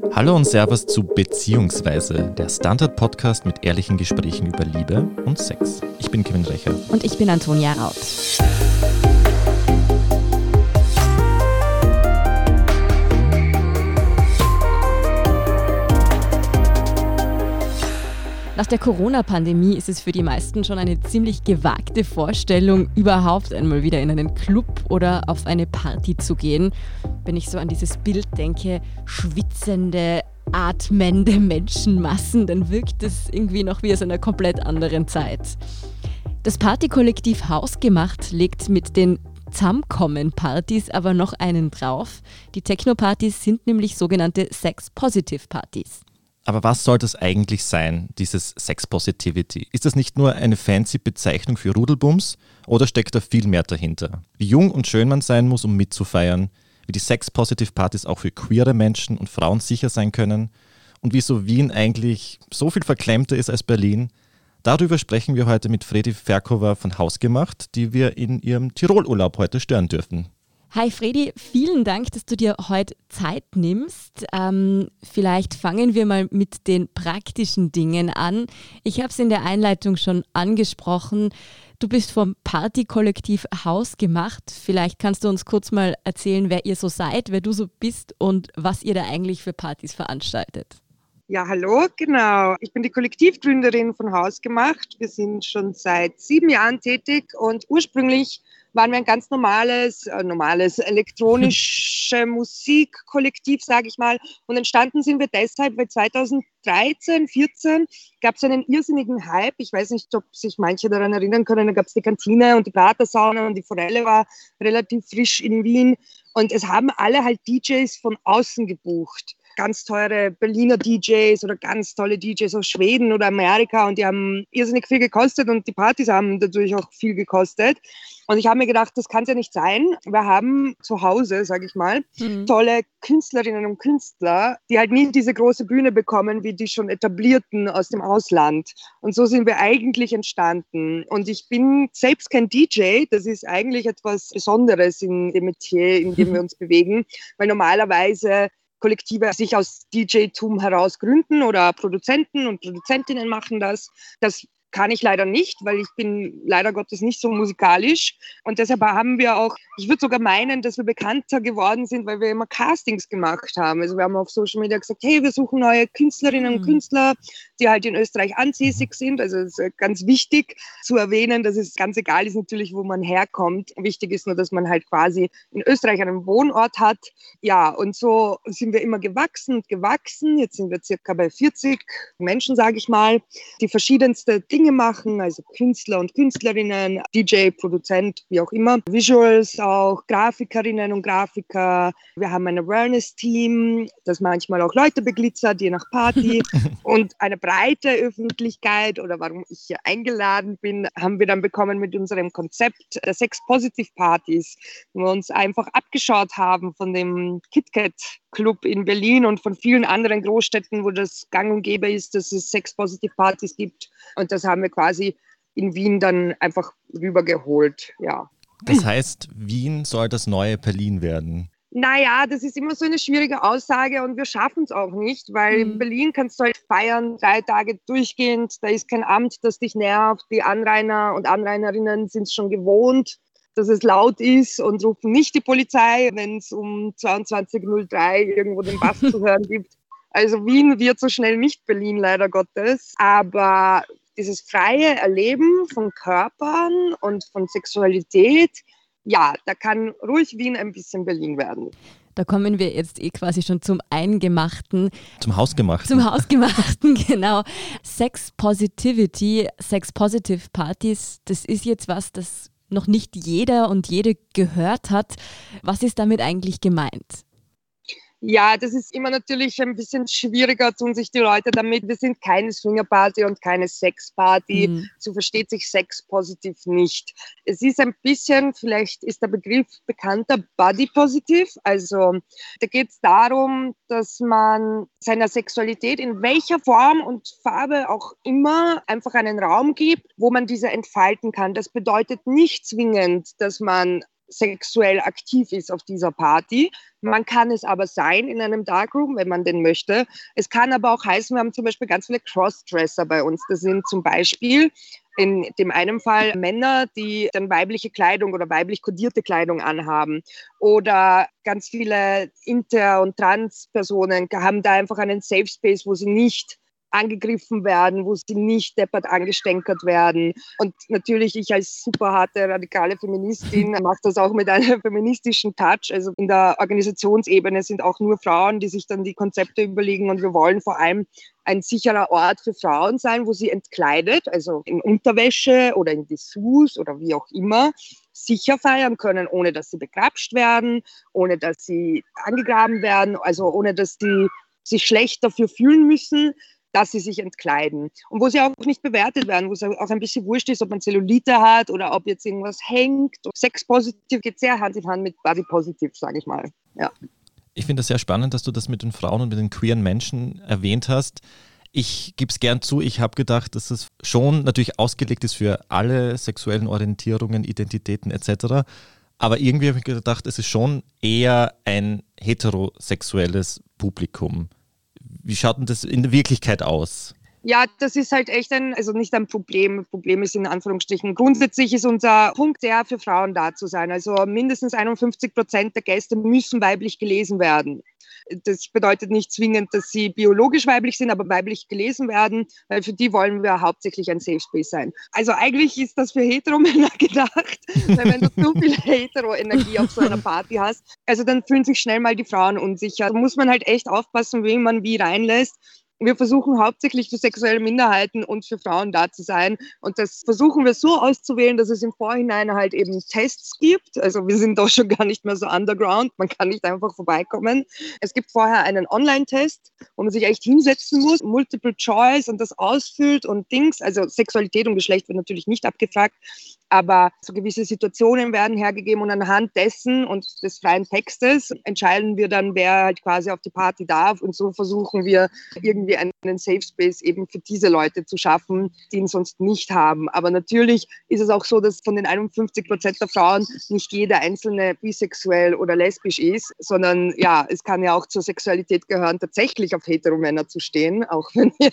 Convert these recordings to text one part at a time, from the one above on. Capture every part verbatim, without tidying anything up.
Hallo und Servus zu Beziehungsweise, der Standard-Podcast mit ehrlichen Gesprächen über Liebe und Sex. Ich bin Kevin Recher. Und ich bin Antonia Raut. Nach der Corona-Pandemie ist es für die meisten schon eine ziemlich gewagte Vorstellung, überhaupt einmal wieder in einen Club oder auf eine Party zu gehen. Wenn ich so an dieses Bild denke, schwitzende, atmende Menschenmassen, dann wirkt es irgendwie noch wie aus einer komplett anderen Zeit. Das Partykollektiv Hausgemacht legt mit den Zusammenkommen-Partys aber noch einen drauf. Die Techno-Partys sind nämlich sogenannte Sex-Positive-Partys. Aber was soll das eigentlich sein, dieses Sex-Positivity? Ist das nicht nur eine fancy Bezeichnung für Rudelbums oder steckt da viel mehr dahinter? Wie jung und schön man sein muss, um mitzufeiern, wie die Sex-Positive-Partys auch für queere Menschen und Frauen sicher sein können und wieso Wien eigentlich so viel verklemmter ist als Berlin, darüber sprechen wir heute mit Fredi Ferkova von Hausgemacht, die wir in ihrem Tirolurlaub heute stören dürfen. Hi Fredi, vielen Dank, dass du dir heute Zeit nimmst. Ähm, vielleicht fangen wir mal mit den praktischen Dingen an. Ich habe es in der Einleitung schon angesprochen. Du bist vom Partykollektiv Hausgemacht. Vielleicht kannst du uns kurz mal erzählen, wer ihr so seid, wer du so bist und was ihr da eigentlich für Partys veranstaltet. Ja, hallo, genau. Ich bin die Kollektivgründerin von Hausgemacht. Wir sind schon seit sieben Jahren tätig und ursprünglich waren wir ein ganz normales, äh, normales elektronische Musikkollektiv, sage ich mal. Und entstanden sind wir deshalb, weil zweitausenddreizehn, vierzehn gab es einen irrsinnigen Hype. Ich weiß nicht, ob sich manche daran erinnern können. Da gab es die Kantine und die Pratersauna und die Forelle war relativ frisch in Wien. Und es haben alle halt D Js von außen gebucht. Ganz teure Berliner D Js oder ganz tolle D Js aus Schweden oder Amerika und die haben irrsinnig viel gekostet und die Partys haben natürlich auch viel gekostet. Und ich habe mir gedacht, das kann es ja nicht sein. Wir haben zu Hause, sage ich mal, mhm. tolle Künstlerinnen und Künstler, die halt nie diese große Bühne bekommen, wie die schon etablierten aus dem Ausland. Und so sind wir eigentlich entstanden. Und ich bin selbst kein D J, das ist eigentlich etwas Besonderes in dem Metier, in dem wir uns bewegen, weil normalerweise Kollektive sich aus D J-Tum heraus gründen oder Produzenten und Produzentinnen machen das. Das kann ich leider nicht, weil ich bin leider Gottes nicht so musikalisch. Und deshalb haben wir auch, ich würde sogar meinen, dass wir bekannter geworden sind, weil wir immer Castings gemacht haben. Also wir haben auf Social Media gesagt, hey, wir suchen neue Künstlerinnen und Künstler, die halt in Österreich ansässig sind. Also es ist ganz wichtig zu erwähnen, dass es ganz egal ist natürlich, wo man herkommt. Wichtig ist nur, dass man halt quasi in Österreich einen Wohnort hat. Ja, und so sind wir immer gewachsen und gewachsen. Jetzt sind wir circa bei vierzig Menschen, sage ich mal, die verschiedenste Dinge machen, also Künstler und Künstlerinnen, D J, Produzent, wie auch immer, Visuals auch, Grafikerinnen und Grafiker. Wir haben ein Awareness-Team, das manchmal auch Leute beglitzert, je nach Party. Und eine breite Öffentlichkeit oder warum ich hier eingeladen bin, haben wir dann bekommen mit unserem Konzept der Sex-Positive-Partys, wo wir uns einfach abgeschaut haben von dem KitKat Club in Berlin und von vielen anderen Großstädten, wo das gang und gäbe ist, dass es Sex-Positive-Partys gibt. Und das haben wir quasi in Wien dann einfach rübergeholt, ja. Das heißt, Wien soll das neue Berlin werden? Naja, das ist immer so eine schwierige Aussage und wir schaffen es auch nicht, weil Mhm. in Berlin kannst du halt feiern, drei Tage durchgehend, da ist kein Amt, das dich nervt. Die Anrainer und Anrainerinnen sind es schon gewohnt, dass es laut ist und rufen nicht die Polizei, wenn es um zweiundzwanzig Uhr drei irgendwo den Bass zu hören gibt. Also Wien wird so schnell nicht Berlin, leider Gottes. Aber dieses freie Erleben von Körpern und von Sexualität, ja, da kann ruhig Wien ein bisschen Berlin werden. Da kommen wir jetzt eh quasi schon zum Eingemachten. Zum Hausgemachten. Zum Hausgemachten, genau. Sex Positivity, Sex Positive Partys, das ist jetzt was, das noch nicht jeder und jede gehört hat. Was ist damit eigentlich gemeint? Ja, das ist immer natürlich ein bisschen schwieriger, tun sich die Leute damit. Wir sind keine Swingerparty und keine Sexparty. Mhm. So versteht sich Sex positiv nicht. Es ist ein bisschen, vielleicht ist der Begriff bekannter, Body Positive. Also da geht es darum, dass man seiner Sexualität in welcher Form und Farbe auch immer einfach einen Raum gibt, wo man diese entfalten kann. Das bedeutet nicht zwingend, dass man sexuell aktiv ist auf dieser Party. Man kann es aber sein in einem Darkroom, wenn man den möchte. Es kann aber auch heißen, wir haben zum Beispiel ganz viele Crossdresser bei uns. Das sind zum Beispiel in dem einen Fall Männer, die dann weibliche Kleidung oder weiblich kodierte Kleidung anhaben. Oder ganz viele Inter- und Trans-Personen haben da einfach einen Safe Space, wo sie nicht angegriffen werden, wo sie nicht deppert angestänkert werden. Und natürlich, ich als super harte, radikale Feministin mache das auch mit einem feministischen Touch. Also in der Organisationsebene sind auch nur Frauen, die sich dann die Konzepte überlegen. Und wir wollen vor allem ein sicherer Ort für Frauen sein, wo sie entkleidet, also in Unterwäsche oder in Dessous oder wie auch immer, sicher feiern können, ohne dass sie begrapscht werden, ohne dass sie angegraben werden, also ohne dass sie sich schlecht dafür fühlen müssen, dass sie sich entkleiden. Und wo sie auch nicht bewertet werden, wo es auch ein bisschen wurscht ist, ob man Zellulite hat oder ob jetzt irgendwas hängt. Sex-positiv geht sehr Hand in Hand mit Body-positiv, sage ich mal. Ja. Ich finde das sehr spannend, dass du das mit den Frauen und mit den queeren Menschen erwähnt hast. Ich gebe es gern zu, ich habe gedacht, dass es schon natürlich ausgelegt ist für alle sexuellen Orientierungen, Identitäten et cetera. Aber irgendwie habe ich gedacht, es ist schon eher ein heterosexuelles Publikum. Wie schaut denn das in der Wirklichkeit aus? Ja, das ist halt echt ein, also nicht ein Problem. Problem ist in Anführungsstrichen. Grundsätzlich ist unser Punkt der, für Frauen da zu sein. Also mindestens einundfünfzig Prozent der Gäste müssen weiblich gelesen werden. Das bedeutet nicht zwingend, dass sie biologisch weiblich sind, aber weiblich gelesen werden, weil für die wollen wir hauptsächlich ein Safe Space sein. Also eigentlich ist das für Heteromänner gedacht, weil wenn du zu viel Hetero-Energie auf so einer Party hast, also dann fühlen sich schnell mal die Frauen unsicher. Da muss man halt echt aufpassen, wen man wie reinlässt. Wir versuchen hauptsächlich für sexuelle Minderheiten und für Frauen da zu sein. Und das versuchen wir so auszuwählen, dass es im Vorhinein halt eben Tests gibt. Also wir sind doch schon gar nicht mehr so underground. Man kann nicht einfach vorbeikommen. Es gibt vorher einen Online-Test, wo man sich echt hinsetzen muss, Multiple Choice und das ausfüllt und Dings. Also Sexualität und Geschlecht wird natürlich nicht abgefragt. Aber so gewisse Situationen werden hergegeben und anhand dessen und des freien Textes entscheiden wir dann, wer halt quasi auf die Party darf. Und so versuchen wir irgendwie einen Safe Space eben für diese Leute zu schaffen, die ihn sonst nicht haben. Aber natürlich ist es auch so, dass von den einundfünfzig Prozent der Frauen nicht jede einzelne bisexuell oder lesbisch ist, sondern ja, es kann ja auch zur Sexualität gehören, tatsächlich auf Heteromänner zu stehen, auch wenn wir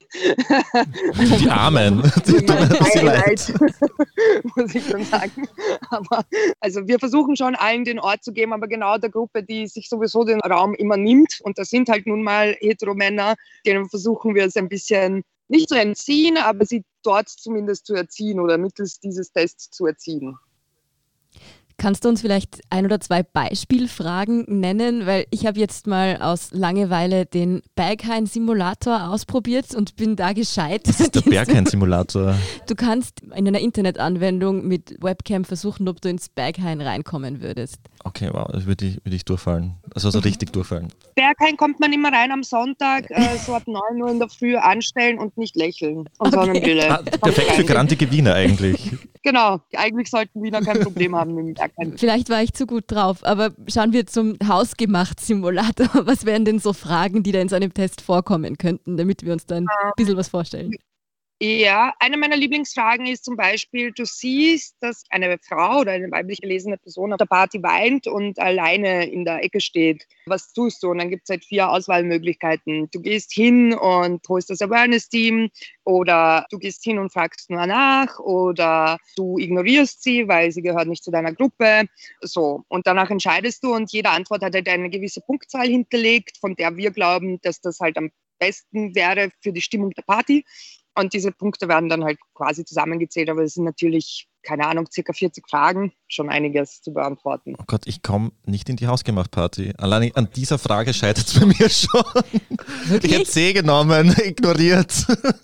die Armen, die tun mir leid, muss ich schon sagen. Aber also wir versuchen schon allen den Ort zu geben, aber genau der Gruppe, die sich sowieso den Raum immer nimmt, und das sind halt nun mal Heteromänner, denen versuchen wir es ein bisschen nicht zu entziehen, aber sie dort zumindest zu erziehen oder mittels dieses Tests zu erziehen. Kannst du uns vielleicht ein oder zwei Beispielfragen nennen? Weil ich habe jetzt mal aus Langeweile den Berghain-Simulator ausprobiert und bin da gescheit. Das ist der Berghain-Simulator. Du kannst in einer Internetanwendung mit Webcam versuchen, ob du ins Berghain reinkommen würdest. Okay, wow, das würde ich, würd ich durchfallen. Also so richtig durchfallen. Berghain kommt man immer rein am Sonntag, äh, so ab neun Uhr in der Früh anstellen und nicht lächeln. Und okay. Sonnenbrille. Ah, perfekt für grantige Wiener eigentlich. Genau, eigentlich sollten Wiener kein Problem haben mit dem Berghain. Vielleicht war ich zu gut drauf, aber schauen wir zum Hausgemacht-Simulator. Was wären denn so Fragen, die da in so einem Test vorkommen könnten, damit wir uns da ein bisschen was vorstellen? Ja, eine meiner Lieblingsfragen ist zum Beispiel, du siehst, dass eine Frau oder eine weiblich gelesene Person auf der Party weint und alleine in der Ecke steht. Was tust du? Und dann gibt es halt vier Auswahlmöglichkeiten. Du gehst hin und holst das Awareness-Team, oder du gehst hin und fragst nur nach, oder du ignorierst sie, weil sie gehört nicht zu deiner Gruppe. So, und danach entscheidest du, und jede Antwort hat halt eine gewisse Punktzahl hinterlegt, von der wir glauben, dass das halt am besten wäre für die Stimmung der Party. Und diese Punkte werden dann halt quasi zusammengezählt, aber es sind natürlich, keine Ahnung, circa vierzig Fragen, schon einiges zu beantworten. Oh Gott, ich komme nicht in die Hausgemacht-Party. Allein an dieser Frage scheitert es bei mir schon. Wirklich? Ich habe C genommen, ignoriert.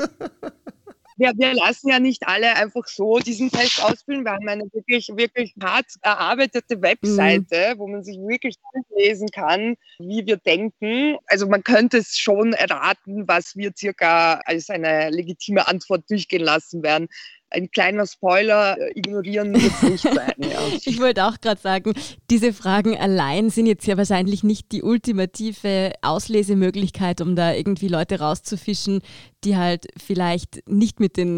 Wir, wir lassen ja nicht alle einfach so diesen Test ausfüllen. Wir haben eine wirklich, wirklich hart erarbeitete Webseite, mhm. wo man sich wirklich lesen kann, wie wir denken. Also man könnte es schon erraten, was wir circa als eine legitime Antwort durchgehen lassen werden. Ein kleiner Spoiler, ignorieren wird es nicht sein. Ja. Ich wollte auch gerade sagen, diese Fragen allein sind jetzt ja wahrscheinlich nicht die ultimative Auslesemöglichkeit, um da irgendwie Leute rauszufischen, die halt vielleicht nicht mit den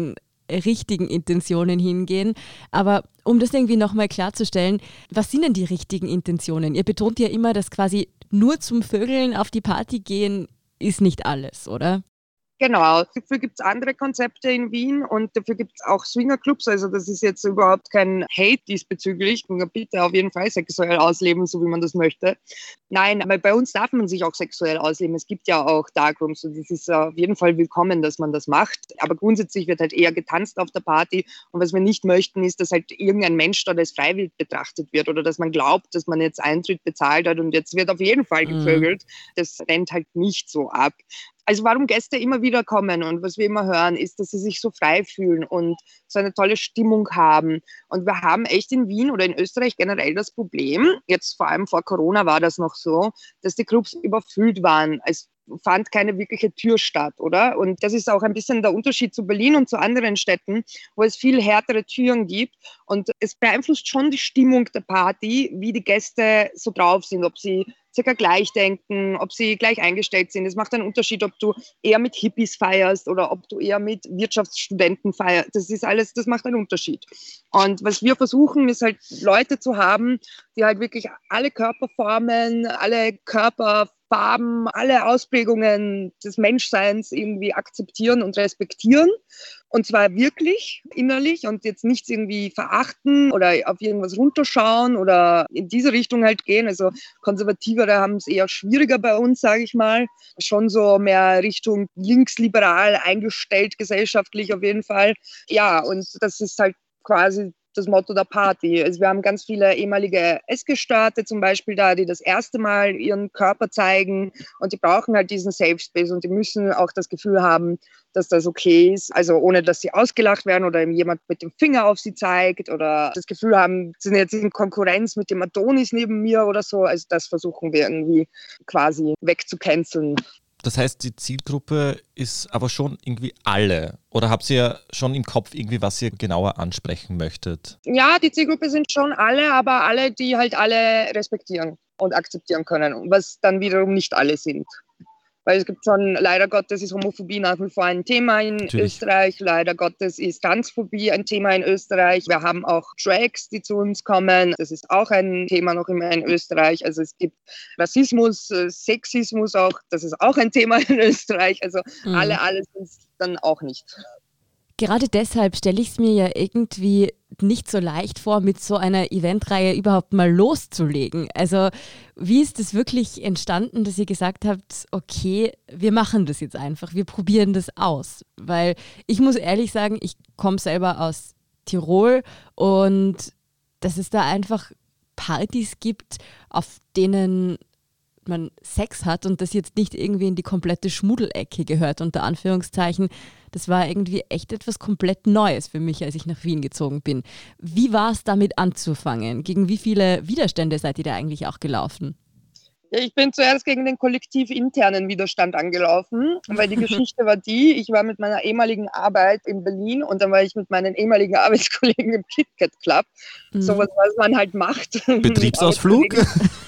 richtigen Intentionen hingehen. Aber um das irgendwie nochmal klarzustellen, was sind denn die richtigen Intentionen? Ihr betont ja immer, dass quasi nur zum Vögeln auf die Party gehen ist nicht alles, oder? Genau, dafür gibt es andere Konzepte in Wien und dafür gibt es auch Swingerclubs, also das ist jetzt überhaupt kein Hate diesbezüglich, bitte auf jeden Fall sexuell ausleben, so wie man das möchte. Nein, aber bei uns darf man sich auch sexuell ausleben, es gibt ja auch Darkrooms und es ist auf jeden Fall willkommen, dass man das macht, aber grundsätzlich wird halt eher getanzt auf der Party und was wir nicht möchten, ist, dass halt irgendein Mensch dort als freiwillig betrachtet wird oder dass man glaubt, dass man jetzt Eintritt bezahlt hat und jetzt wird auf jeden Fall gevögelt, das rennt halt nicht so ab. Also warum Gäste immer wieder kommen und was wir immer hören, ist, dass sie sich so frei fühlen und so eine tolle Stimmung haben. Und wir haben echt in Wien oder in Österreich generell das Problem, jetzt vor allem vor Corona war das noch so, dass die Clubs überfüllt waren. Es fand keine wirkliche Tür statt, oder? Und das ist auch ein bisschen der Unterschied zu Berlin und zu anderen Städten, wo es viel härtere Türen gibt. Und es beeinflusst schon die Stimmung der Party, wie die Gäste so drauf sind, ob sie circa gleich denken, ob sie gleich eingestellt sind. Es macht einen Unterschied, ob du eher mit Hippies feierst oder ob du eher mit Wirtschaftsstudenten feierst. Das ist alles, das macht einen Unterschied. Und was wir versuchen, ist halt Leute zu haben, die halt wirklich alle Körperformen, alle Körperfarben, alle Ausprägungen des Menschseins irgendwie akzeptieren und respektieren. Und zwar wirklich innerlich und jetzt nichts irgendwie verachten oder auf irgendwas runterschauen oder in diese Richtung halt gehen. Also Konservativere haben es eher schwieriger bei uns, sage ich mal. Schon so mehr Richtung linksliberal eingestellt, gesellschaftlich auf jeden Fall. Ja, und das ist halt quasi das Motto der Party. Also wir haben ganz viele ehemalige Essgestörte zum Beispiel da, die das erste Mal ihren Körper zeigen und die brauchen halt diesen Safe Space und die müssen auch das Gefühl haben, dass das okay ist, also ohne, dass sie ausgelacht werden oder jemand mit dem Finger auf sie zeigt oder das Gefühl haben, sie sind jetzt in Konkurrenz mit dem Adonis neben mir oder so. Also das versuchen wir irgendwie quasi wegzucanceln. Das heißt, die Zielgruppe ist aber schon irgendwie alle. Oder habt ihr schon im Kopf irgendwie, was ihr genauer ansprechen möchtet? Ja, die Zielgruppe sind schon alle, aber alle, die halt alle respektieren und akzeptieren können, was dann wiederum nicht alle sind. Weil es gibt schon, leider Gottes ist Homophobie nach wie vor ein Thema in Natürlich. Österreich. Leider Gottes ist Transphobie ein Thema in Österreich. Wir haben auch Drags, die zu uns kommen. Das ist auch ein Thema noch immer in Österreich. Also es gibt Rassismus, Sexismus auch. Das ist auch ein Thema in Österreich. Also mhm. alle, alle sind es dann auch nicht. Gerade deshalb stelle ich es mir ja irgendwie nicht so leicht vor, mit so einer Eventreihe überhaupt mal loszulegen. Also wie ist es wirklich entstanden, dass ihr gesagt habt, okay, wir machen das jetzt einfach, wir probieren das aus? Weil ich muss ehrlich sagen, ich komme selber aus Tirol und dass es da einfach Partys gibt, auf denen man Sex hat und das jetzt nicht irgendwie in die komplette Schmuddelecke gehört, unter Anführungszeichen. Das war irgendwie echt etwas komplett Neues für mich, als ich nach Wien gezogen bin. Wie war es damit anzufangen? Gegen wie viele Widerstände seid ihr da eigentlich auch gelaufen? Ja, ich bin zuerst gegen den kollektivinternen Widerstand angelaufen, weil die Geschichte war die, ich war mit meiner ehemaligen Arbeit in Berlin und dann war ich mit meinen ehemaligen Arbeitskollegen im KitKat Club. Mhm. Sowas, was man halt macht. Betriebsausflug?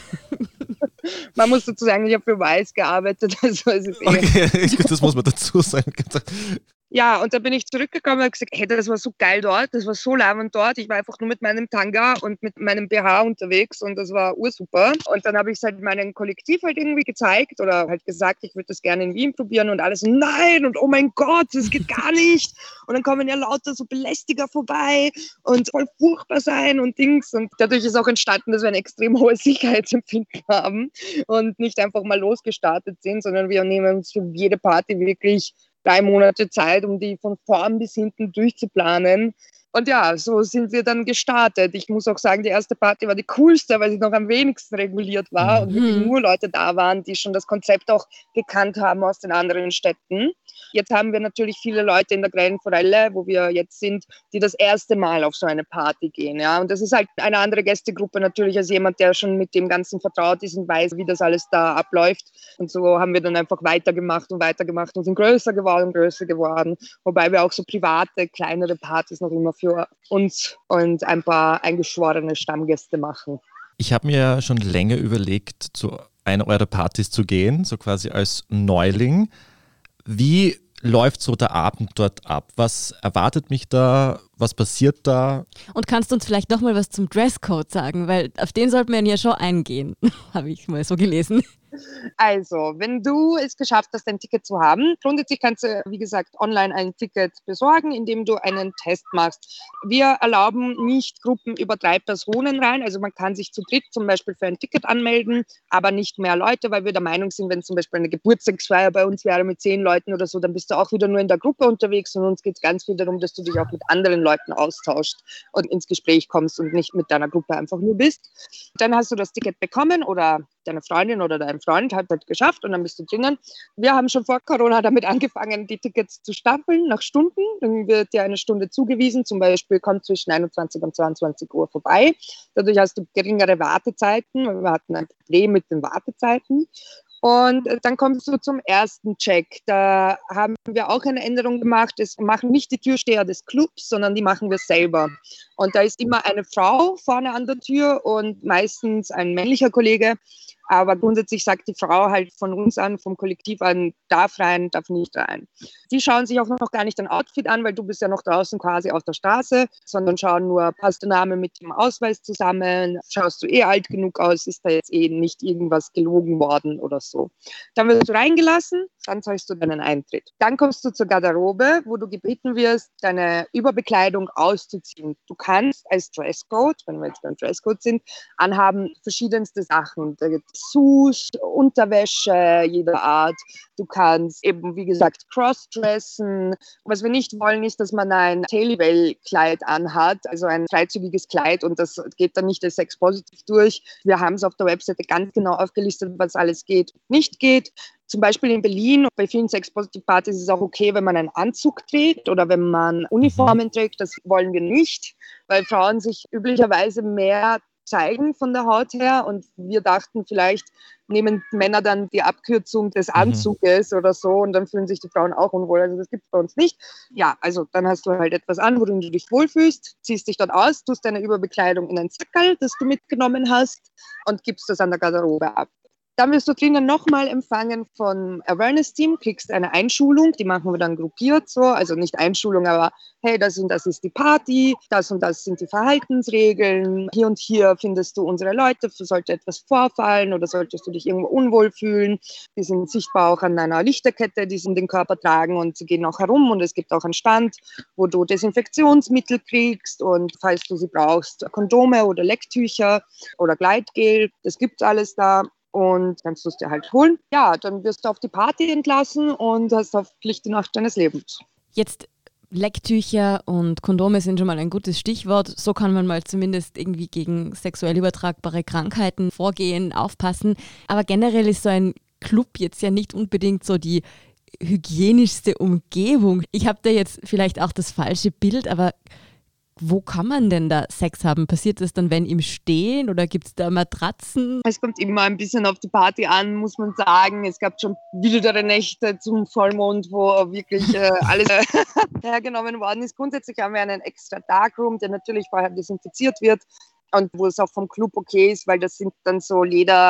Man muss dazu sagen, ich habe für Weiß gearbeitet. Also es ist okay, das muss man dazu sagen. Ja, und dann bin ich zurückgekommen und habe gesagt, hey, das war so geil dort, das war so leibend dort. Ich war einfach nur mit meinem Tanga und mit meinem B H unterwegs und das war ursuper. Und dann habe ich es halt meinem Kollektiv halt irgendwie gezeigt oder halt gesagt, ich würde das gerne in Wien probieren und alles, nein und oh mein Gott, das geht gar nicht. Und dann kommen ja lauter so Belästiger vorbei und voll furchtbar sein und Dings. Und dadurch ist auch entstanden, dass wir ein extrem hohes Sicherheitsempfinden haben und nicht einfach mal losgestartet sind, sondern wir nehmen uns für jede Party wirklich drei Monate Zeit, um die von vorn bis hinten durchzuplanen. Und ja, so sind wir dann gestartet. Ich muss auch sagen, die erste Party war die coolste, weil sie noch am wenigsten reguliert war und wirklich nur Leute da waren, die schon das Konzept auch gekannt haben aus den anderen Städten. Jetzt haben wir natürlich viele Leute in der Grellen Forelle, wo wir jetzt sind, die das erste Mal auf so eine Party gehen. Ja? Und das ist halt eine andere Gästegruppe natürlich als jemand, der schon mit dem Ganzen vertraut ist und weiß, wie das alles da abläuft. Und so haben wir dann einfach weitergemacht und weitergemacht und sind größer geworden, größer geworden. Wobei wir auch so private, kleinere Partys noch immer für uns und ein paar eingeschworene Stammgäste machen. Ich habe mir schon länger überlegt, zu einer eurer Partys zu gehen, so quasi als Neuling. Wie läuft so der Abend dort ab? Was erwartet mich da? Was passiert da? Und kannst du uns vielleicht nochmal was zum Dresscode sagen? Weil auf den sollten wir ja schon eingehen, habe ich mal so gelesen. Also, wenn du es geschafft hast, ein Ticket zu haben, grundsätzlich kannst du, wie gesagt, online ein Ticket besorgen, indem du einen Test machst. Wir erlauben nicht Gruppen über drei Personen rein, also man kann sich zu dritt zum Beispiel für ein Ticket anmelden, aber nicht mehr Leute, weil wir der Meinung sind, wenn zum Beispiel eine Geburtstagsfeier bei uns wäre mit zehn Leuten oder so, dann bist du auch wieder nur in der Gruppe unterwegs und uns geht es ganz viel darum, dass du dich auch mit anderen Leuten austauschst und ins Gespräch kommst und nicht mit deiner Gruppe einfach nur bist. Dann hast du das Ticket bekommen oder deine Freundin oder dein Freund hat das geschafft und dann bist du drinnen. Wir haben schon vor Corona damit angefangen, die Tickets zu stapeln nach Stunden. Dann wird dir eine Stunde zugewiesen, zum Beispiel kommt zwischen einundzwanzig und zweiundzwanzig Uhr vorbei. Dadurch hast du geringere Wartezeiten, weil wir hatten ein Problem mit den Wartezeiten. Und dann kommst du zum ersten Check. Da haben wir auch eine Änderung gemacht. Das machen nicht die Türsteher des Clubs, sondern die machen wir selber. Und da ist immer eine Frau vorne an der Tür und meistens ein männlicher Kollege. Aber grundsätzlich sagt die Frau halt von uns an, vom Kollektiv an, darf rein, darf nicht rein. Die schauen sich auch noch gar nicht dein Outfit an, weil du bist ja noch draußen quasi auf der Straße, sondern schauen nur, passt der Name mit dem Ausweis zusammen, schaust du eh alt genug aus, ist da jetzt eh nicht irgendwas gelogen worden oder so. Dann wirst du reingelassen, dann zahlst du deinen Eintritt. Dann kommst du zur Garderobe, wo du gebeten wirst, deine Überbekleidung auszuziehen. Du kannst als Dresscode, wenn wir jetzt beim Dresscode sind, anhaben verschiedenste Sachen. Da gibt es Sus, Unterwäsche jeder Art. Du kannst eben, wie gesagt, crossdressen. Was wir nicht wollen, ist, dass man ein Tailwell-Kleid anhat, also ein freizügiges Kleid und das geht dann nicht als sexpositiv durch. Wir haben es auf der Webseite ganz genau aufgelistet, was alles geht und nicht geht. Zum Beispiel in Berlin, bei vielen Sex-Positive-Partys ist es auch okay, wenn man einen Anzug trägt oder wenn man Uniformen trägt. Das wollen wir nicht, weil Frauen sich üblicherweise mehr zeigen von der Haut her und wir dachten, vielleicht nehmen Männer dann die Abkürzung des Anzuges mhm. oder so und dann fühlen sich die Frauen auch unwohl. Also das gibt es bei uns nicht. Ja, also dann hast du halt etwas an, worin du dich wohlfühlst, ziehst dich dort aus, tust deine Überbekleidung in ein Sackerl, das du mitgenommen hast und gibst das an der Garderobe ab. Dann wirst du drinnen nochmal empfangen vom Awareness-Team, kriegst eine Einschulung, die machen wir dann gruppiert so, also nicht Einschulung, aber hey, das und das ist die Party, das und das sind die Verhaltensregeln, hier und hier findest du unsere Leute, sollte etwas vorfallen oder solltest du dich irgendwo unwohl fühlen. Die sind sichtbar auch an einer Lichterkette, die sie in den Körper tragen und sie gehen auch herum und es gibt auch einen Stand, wo du Desinfektionsmittel kriegst und falls du sie brauchst, Kondome oder Lecktücher oder Gleitgel, das gibt's alles da. Und kannst du es dir halt holen. Ja, dann wirst du auf die Party entlassen und hast hoffentlich die Nacht deines Lebens. Jetzt Lecktücher und Kondome sind schon mal ein gutes Stichwort. So kann man mal zumindest irgendwie gegen sexuell übertragbare Krankheiten vorgehen, aufpassen. Aber generell ist so ein Club jetzt ja nicht unbedingt so die hygienischste Umgebung. Ich habe da jetzt vielleicht auch das falsche Bild, aber wo kann man denn da Sex haben? Passiert das dann, wenn im Stehen oder gibt es da Matratzen? Es kommt immer ein bisschen auf die Party an, muss man sagen. Es gab schon wildere Nächte zum Vollmond, wo wirklich äh, alles äh, hergenommen worden ist. Grundsätzlich haben wir einen extra Darkroom, der natürlich vorher desinfiziert wird und wo es auch vom Club okay ist, weil das sind dann so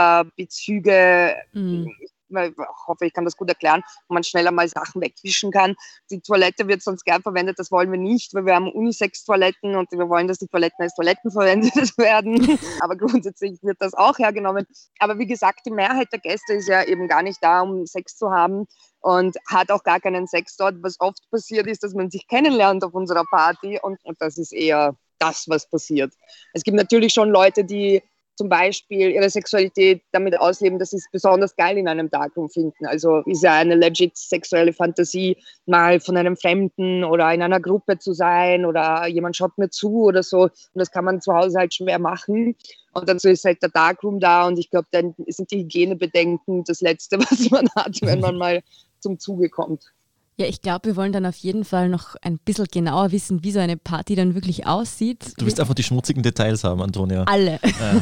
Lederbezüge, mm. weil ich hoffe, ich kann das gut erklären, wo man schneller mal Sachen wegwischen kann. Die Toilette wird sonst gern verwendet, das wollen wir nicht, weil wir haben Unisex-Toiletten und wir wollen, dass die Toiletten als Toiletten verwendet werden. Aber grundsätzlich wird das auch hergenommen. Aber wie gesagt, die Mehrheit der Gäste ist ja eben gar nicht da, um Sex zu haben und hat auch gar keinen Sex dort. Was oft passiert ist, dass man sich kennenlernt auf unserer Party und, und das ist eher das, was passiert. Es gibt natürlich schon Leute, die zum Beispiel ihre Sexualität damit ausleben, dass sie es besonders geil in einem Darkroom finden. Also ist ja eine legit sexuelle Fantasie, mal von einem Fremden oder in einer Gruppe zu sein oder jemand schaut mir zu oder so. Und das kann man zu Hause halt schwer machen. Und dazu ist halt der Darkroom da und ich glaube, dann sind die Hygienebedenken das Letzte, was man hat, wenn man mal zum Zuge kommt. Ja, ich glaube, wir wollen dann auf jeden Fall noch ein bisschen genauer wissen, wie so eine Party dann wirklich aussieht. Du willst einfach die schmutzigen Details haben, Antonia. Alle. Ja.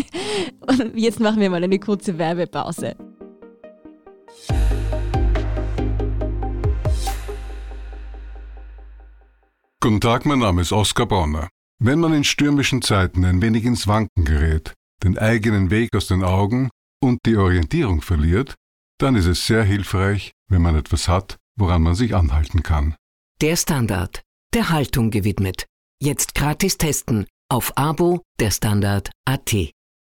Und jetzt machen wir mal eine kurze Werbepause. Guten Tag, mein Name ist Oskar Bronner. Wenn man in stürmischen Zeiten ein wenig ins Wanken gerät, den eigenen Weg aus den Augen und die Orientierung verliert, dann ist es sehr hilfreich, wenn man etwas hat, woran man sich anhalten kann. Der Standard, der Haltung gewidmet. Jetzt gratis testen auf Abo der Standard punkt a t.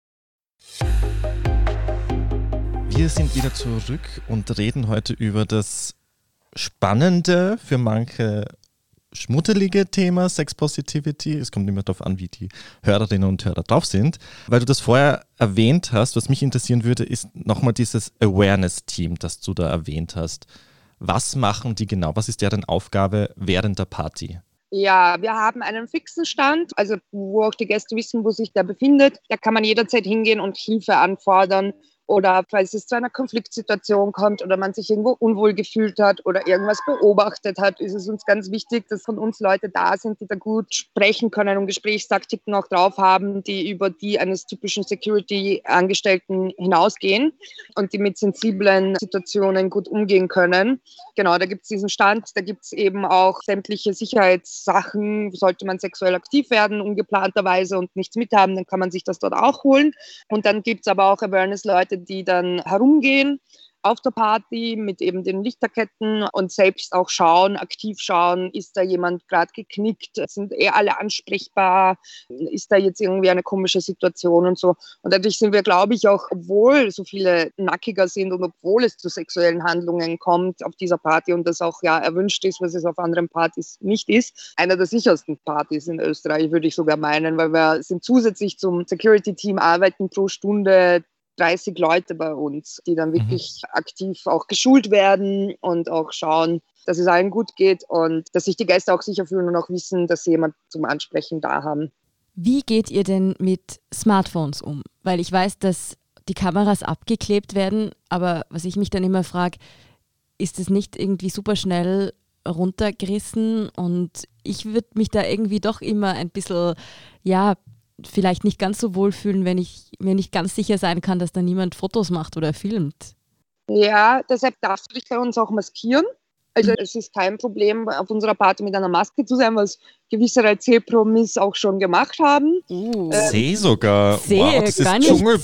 Wir sind wieder zurück und reden heute über das spannende, für manche schmuddelige Thema Sex Positivity. Es kommt immer darauf an, wie die Hörerinnen und Hörer drauf sind. Weil du das vorher erwähnt hast, was mich interessieren würde, ist nochmal dieses Awareness-Team, das du da erwähnt hast. Was machen die genau? Was ist deren Aufgabe während der Party? Ja, wir haben einen fixen Stand, also wo auch die Gäste wissen, wo sich der befindet. Da kann man jederzeit hingehen und Hilfe anfordern. Oder falls es zu einer Konfliktsituation kommt oder man sich irgendwo unwohl gefühlt hat oder irgendwas beobachtet hat, ist es uns ganz wichtig, dass von uns Leute da sind, die da gut sprechen können und Gesprächstaktiken auch drauf haben, die über die eines typischen Security-Angestellten hinausgehen und die mit sensiblen Situationen gut umgehen können. Genau, da gibt es diesen Stand, da gibt es eben auch sämtliche Sicherheitssachen. Sollte man sexuell aktiv werden, ungeplanterweise und nichts mithaben, dann kann man sich das dort auch holen. Und dann gibt es aber auch Awareness-Leute, die dann herumgehen auf der Party mit eben den Lichterketten und selbst auch schauen, aktiv schauen, ist da jemand gerade geknickt, sind eh alle ansprechbar, ist da jetzt irgendwie eine komische Situation und so. Und dadurch sind wir, glaube ich, auch, obwohl so viele Nackiger sind und obwohl es zu sexuellen Handlungen kommt auf dieser Party und das auch ja erwünscht ist, was es auf anderen Partys nicht ist, einer der sichersten Partys in Österreich, würde ich sogar meinen, weil wir sind zusätzlich zum Security-Team arbeiten pro Stunde dreißig Leute bei uns, die dann wirklich mhm. aktiv auch geschult werden und auch schauen, dass es allen gut geht und dass sich die Gäste auch sicher fühlen und auch wissen, dass sie jemanden zum Ansprechen da haben. Wie geht ihr denn mit Smartphones um? Weil ich weiß, dass die Kameras abgeklebt werden, aber was ich mich dann immer frage, ist es nicht irgendwie super schnell runtergerissen? Und ich würde mich da irgendwie doch immer ein bisschen, ja, vielleicht nicht ganz so wohlfühlen, wenn ich mir nicht ganz sicher sein kann, dass da niemand Fotos macht oder filmt. Ja, deshalb darfst du dich bei uns auch maskieren. Also mhm. es ist kein Problem, auf unserer Party mit einer Maske zu sein, was gewisse C-Promis auch schon gemacht haben. Uh. Ähm, Seh sogar. Seh, wow, das ist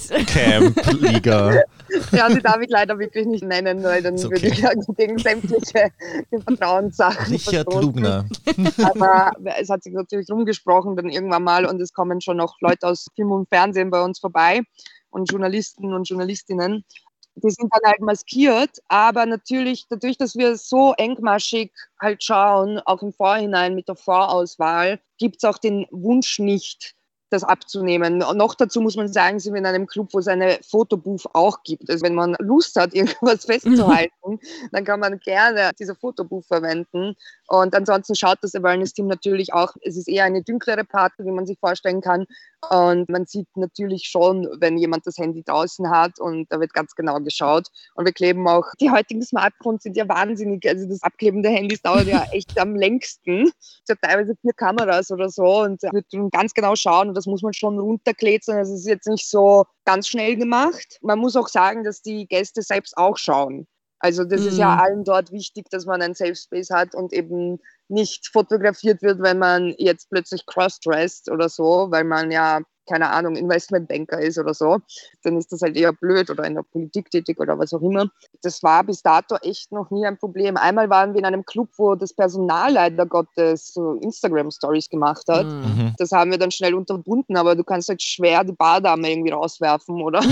Dschungelcamp-Liga. Ja, die darf ich leider wirklich nicht nennen, weil dann okay. würde ich ja gegen sämtliche Vertrauenssachen Richard Lugner. Aber es hat sich natürlich rumgesprochen dann irgendwann mal und es kommen schon noch Leute aus Film und Fernsehen bei uns vorbei und Journalisten und Journalistinnen. Die sind dann halt maskiert, aber natürlich dadurch, dass wir so engmaschig halt schauen, auch im Vorhinein mit der Vorauswahl, gibt es auch den Wunsch nicht, das abzunehmen. Und noch dazu muss man sagen, sind wir in einem Club, wo es eine Fotobooth auch gibt. Also wenn man Lust hat, irgendwas festzuhalten, dann kann man gerne diese Fotobooth verwenden. Und ansonsten schaut das Awareness-Team natürlich auch, es ist eher eine dünklere Party, wie man sich vorstellen kann. Und man sieht natürlich schon, wenn jemand das Handy draußen hat und da wird ganz genau geschaut. Und wir kleben auch, die heutigen Smartphones sind ja wahnsinnig, also das Abkleben der Handys dauert ja echt am längsten. Es hat teilweise vier Kameras oder so und da wird ganz genau schauen und das muss man schon runterkletzen. Also es ist jetzt nicht so ganz schnell gemacht. Man muss auch sagen, dass die Gäste selbst auch schauen. Also das mhm. ist ja allen dort wichtig, dass man einen Safe Space hat und eben nicht fotografiert wird, wenn man jetzt plötzlich crossdressed oder so, weil man ja, keine Ahnung, Investmentbanker ist oder so. Dann ist das halt eher blöd oder in der Politik tätig oder was auch immer. Das war bis dato echt noch nie ein Problem. Einmal waren wir in einem Club, wo das Personal leider Gottes so Instagram-Stories gemacht hat. Mhm. Das haben wir dann schnell unterbunden, aber du kannst halt schwer die Bardame irgendwie rauswerfen, oder?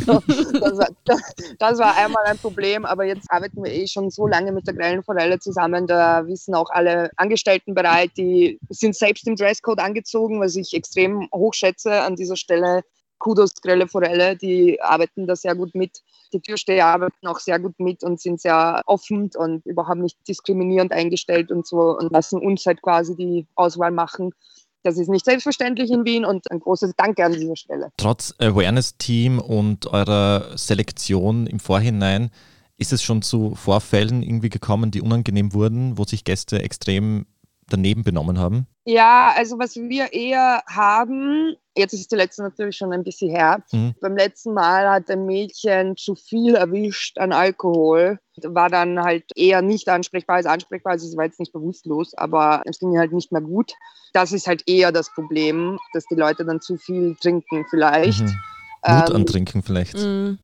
das, war, das, das war einmal ein Problem, aber jetzt arbeiten wir eh schon so lange mit der Grellen Forelle zusammen, da wissen auch alle Angestellten bereit, die sind selbst im Dresscode angezogen, was ich extrem hochschätze an dieser Stelle. Kudos, Grelle Forelle, die arbeiten da sehr gut mit. Die Türsteher arbeiten auch sehr gut mit und sind sehr offen und überhaupt nicht diskriminierend eingestellt und so und lassen uns halt quasi die Auswahl machen. Das ist nicht selbstverständlich in Wien und ein großes Danke an dieser Stelle. Trotz Awareness-Team und eurer Selektion im Vorhinein, ist es schon zu Vorfällen irgendwie gekommen, die unangenehm wurden, wo sich Gäste extrem daneben benommen haben? Ja, also was wir eher haben, jetzt ist die letzte natürlich schon ein bisschen her. Mhm. Beim letzten Mal hat ein Mädchen zu viel erwischt an Alkohol. War dann halt eher nicht ansprechbar als ansprechbar. Also sie war jetzt nicht bewusstlos, aber es ging ihr halt nicht mehr gut. Das ist halt eher das Problem, dass die Leute dann zu viel trinken vielleicht. Mhm. Mut antrinken vielleicht. Und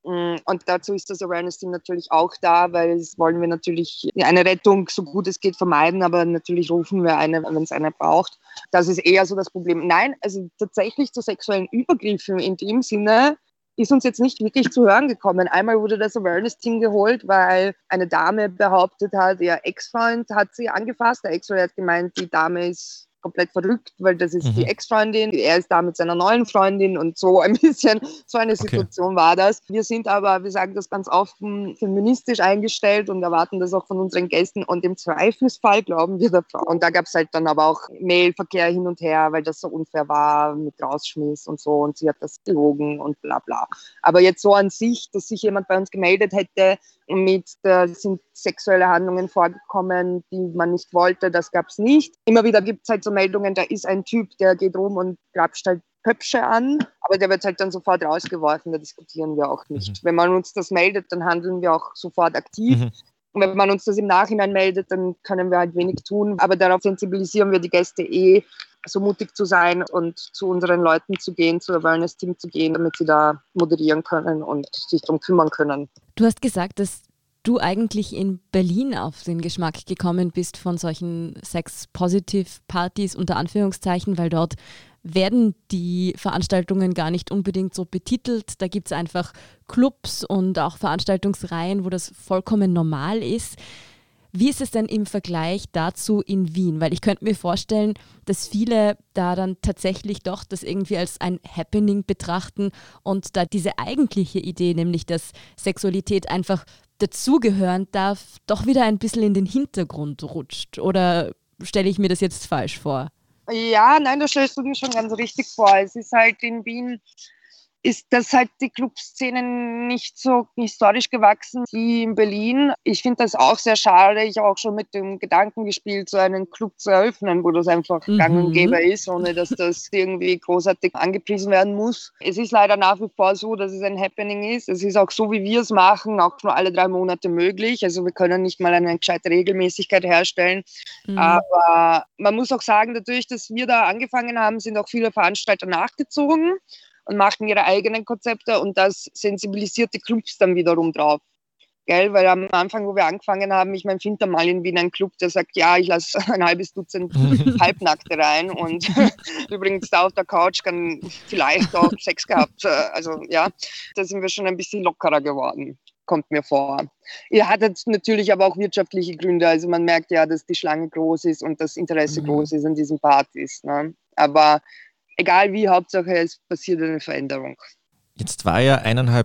Und dazu ist das Awareness-Team natürlich auch da, weil das wollen wir natürlich eine Rettung so gut es geht vermeiden, aber natürlich rufen wir eine, wenn es eine braucht. Das ist eher so das Problem. Nein, also tatsächlich zu sexuellen Übergriffen in dem Sinne ist uns jetzt nicht wirklich zu hören gekommen. Einmal wurde das Awareness-Team geholt, weil eine Dame behauptet hat, ihr Ex-Freund hat sie angefasst. Der Ex-Freund hat gemeint, die Dame ist komplett verrückt, weil das ist mhm. die Ex-Freundin, er ist da mit seiner neuen Freundin und so ein bisschen, so eine Situation okay. war das. Wir sind aber, wir sagen das ganz offen, feministisch eingestellt und erwarten das auch von unseren Gästen und im Zweifelsfall glauben wir der Frau. Und da gab es halt dann aber auch Mailverkehr hin und her, weil das so unfair war mit Rausschmiss und so und sie hat das gelogen und bla bla. Aber jetzt so an sich, dass sich jemand bei uns gemeldet hätte, mit, da sind sexuelle Handlungen vorgekommen, die man nicht wollte, das gab es nicht. Immer wieder gibt es halt so Meldungen, da ist ein Typ, der geht rum und grapscht halt Pöpsche an, aber der wird halt dann sofort rausgeworfen, da diskutieren wir auch nicht. Mhm. Wenn man uns das meldet, dann handeln wir auch sofort aktiv. Mhm. Und wenn man uns das im Nachhinein meldet, dann können wir halt wenig tun, aber darauf sensibilisieren wir die Gäste eh, so mutig zu sein und zu unseren Leuten zu gehen, zu Awareness-Team zu gehen, damit sie da moderieren können und sich darum kümmern können. Du hast gesagt, dass du eigentlich in Berlin auf den Geschmack gekommen bist von solchen Sex-Positive-Partys unter Anführungszeichen, weil dort werden die Veranstaltungen gar nicht unbedingt so betitelt. Da gibt es einfach Clubs und auch Veranstaltungsreihen, wo das vollkommen normal ist. Wie ist es denn im Vergleich dazu in Wien? Weil ich könnte mir vorstellen, dass viele da dann tatsächlich doch das irgendwie als ein Happening betrachten und da diese eigentliche Idee, nämlich dass Sexualität einfach dazugehören darf, doch wieder ein bisschen in den Hintergrund rutscht. Oder stelle ich mir das jetzt falsch vor? Ja, nein, das stellst du dir schon ganz richtig vor. Es ist halt in Wien, ist das halt die Clubszene nicht so historisch gewachsen wie in Berlin. Ich finde das auch sehr schade. Ich habe auch schon mit dem Gedanken gespielt, so einen Club zu eröffnen, wo das einfach mhm. gang und gäbe ist, ohne dass das irgendwie großartig angepriesen werden muss. Es ist leider nach wie vor so, dass es ein Happening ist. Es ist auch so, wie wir es machen, auch nur alle drei Monate möglich. Also wir können nicht mal eine gescheite Regelmäßigkeit herstellen. Mhm. Aber man muss auch sagen, dadurch, dass wir da angefangen haben, sind auch viele Veranstalter nachgezogen und machten ihre eigenen Konzepte und das sensibilisiert die Clubs dann wiederum drauf. Gell? Weil am Anfang, wo wir angefangen haben, ich meine, finde mal in Wien einen Club, der sagt, ja, ich lasse ein halbes Dutzend Halbnackte rein und übrigens da auf der Couch kann vielleicht auch Sex gehabt. Also ja, da sind wir schon ein bisschen lockerer geworden, kommt mir vor. Ihr hattet natürlich aber auch wirtschaftliche Gründe, also man merkt ja, dass die Schlange groß ist und das Interesse mhm. groß ist an diesen Partys. Ne? Aber egal wie, Hauptsache es passiert eine Veränderung. Jetzt war ja eineinhalb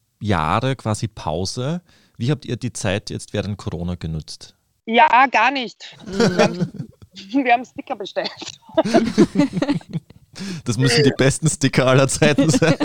Jahre quasi Pause. Wie habt ihr die Zeit jetzt während Corona genutzt? Ja, gar nicht. Wir haben, wir haben Sticker bestellt. Das müssen die besten Sticker aller Zeiten sein.